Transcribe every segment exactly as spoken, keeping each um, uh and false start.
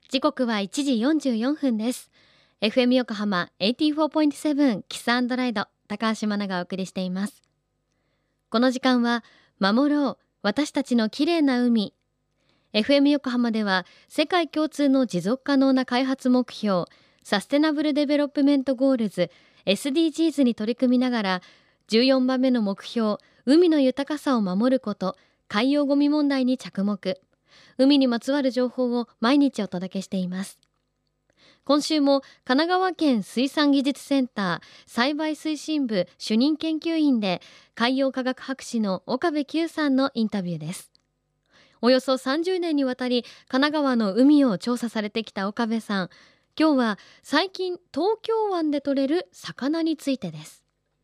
時刻はいちじよんじゅうよんふんです。 エフエム 横浜 はちじゅうよんてんなな キス&ライド、高橋真奈がお送りしています。この時間は守ろう私たちのきれいな海。 エフエム 横浜では世界共通の持続可能な開発目標サステナブルデベロップメントゴールズ エスディージーズ に取り組みながら、じゅうよんばんめの目標海の豊かさを守ること、海洋ゴミ問題に着目。海にまつわる情報を毎日お届けしています。今週も神奈川県水産技術センター栽培推進部主任研究員で海洋科学博士の岡部久さんのインタビューです。およそさんじゅうねんにわたり神奈川の海を調査されてきた岡部さん、今日は最近東京湾で取れる魚についてです。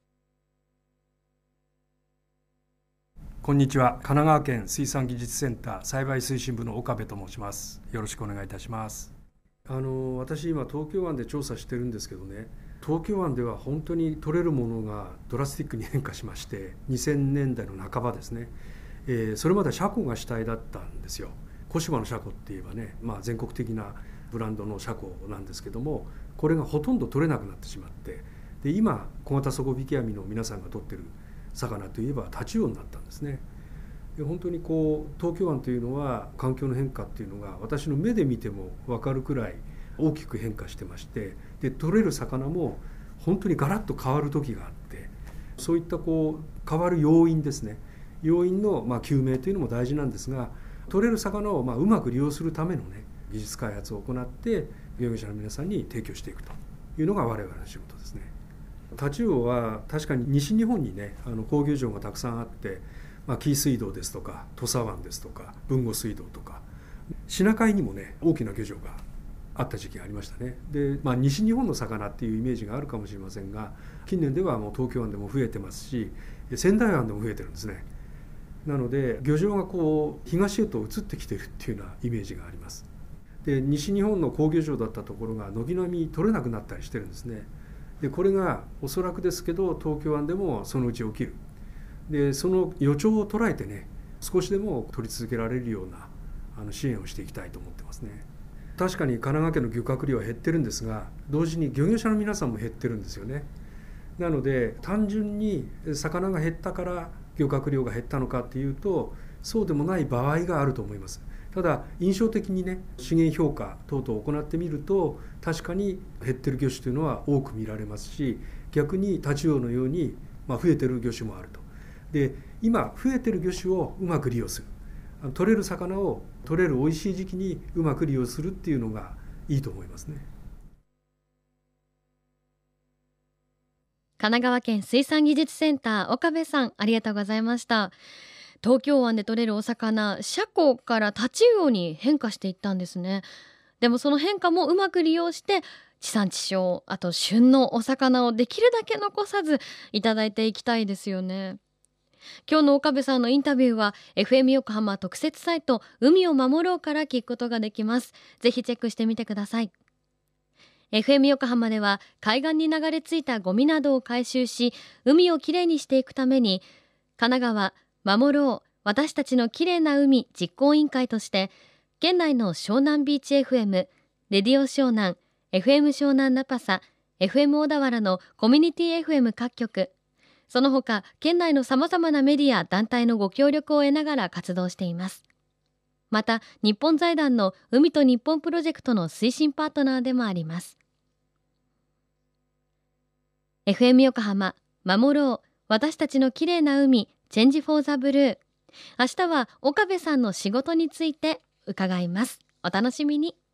こんにちは。神奈川県水産技術センター栽培推進部の岡部と申します。よろしくお願いいたします。あの私今東京湾で調査してるんですけどね、東京湾では本当に取れるものがドラスティックに変化しまして、にせんねんだいの半ばですね、えー、それまでシャコが主体だったんですよ。小島のシャコって言えばね、まあ、全国的なブランドのシャコなんですけども、これがほとんど取れなくなってしまって、で今小型底引き網の皆さんが取ってる魚といえばタチウオになったんですね。で本当にこう東京湾というのは環境の変化っていうのが私の目で見ても分かるくらい大きく変化してまして、で取れる魚も本当にガラッと変わる時があって、そういったこう変わる要因ですね、要因のまあ究明というのも大事なんですが、取れる魚をまあうまく利用するためのね技術開発を行って漁業者の皆さんに提供していくというのが我々の仕事ですね。タチウオは確かに西日本にねあの工業場がたくさんあって、まあ、紀伊水道ですとか土佐湾ですとか豊後水道とかシナ海にもね大きな漁場があった時期がありましたね。で、まあ、西日本の魚っていうイメージがあるかもしれませんが、近年ではもう東京湾でも増えてますし、仙台湾でも増えてるんですね。なので漁場がこう東へと移ってきてるっていうようなイメージがあります。で西日本の工業場だったところが軒並み取れなくなったりしてるんですね。でこれがおそらくですけど東京湾でもそのうち起きる。でその予兆を捉えてね少しでも取り続けられるようなあの支援をしていきたいと思ってますね。確かに神奈川県の漁獲量は減ってるんですが、同時に漁業者の皆さんも減ってるんですよね。なので単純に魚が減ったから漁獲量が減ったのかっていうとそうでもない場合があると思います。ただ印象的にね資源評価等々を行ってみると確かに減ってる魚種というのは多く見られますし、逆にタチウオのようにまあ増えてる魚種もあると。で今増えてる魚種をうまく利用する、取れる魚を取れる美味しい時期にうまく利用するっていうのがいいと思いますね。 神奈川県水産技術センター岡部さん、ありがとうございました。東京湾で取れるお魚シャコからタチウオに変化していったんですね。でもその変化もうまく利用して地産地消、あと旬のお魚をできるだけ残さずいただいていきたいですよね。今日の岡部さんのインタビューは エフエム 横浜特設サイト海を守ろうから聞くことができます。ぜひチェックしてみてください。 エフエム 横浜では海岸に流れ着いたゴミなどを回収し海をきれいにしていくために神奈川守ろう私たちのきれいな海実行委員会として県内の湘南ビーチ エフエム、 レディオ湘南、 エフエム 湘南ナパサ、 エフエム 小田原のコミュニティ エフエム 各局、その他県内のさまざまなメディア団体のご協力を得ながら活動しています。また日本財団の海と日本プロジェクトの推進パートナーでもあります。 エフエム 横浜守ろう私たちのきれいな海チェンジフォーザブルー、明日は岡部さんの仕事について伺います。お楽しみに。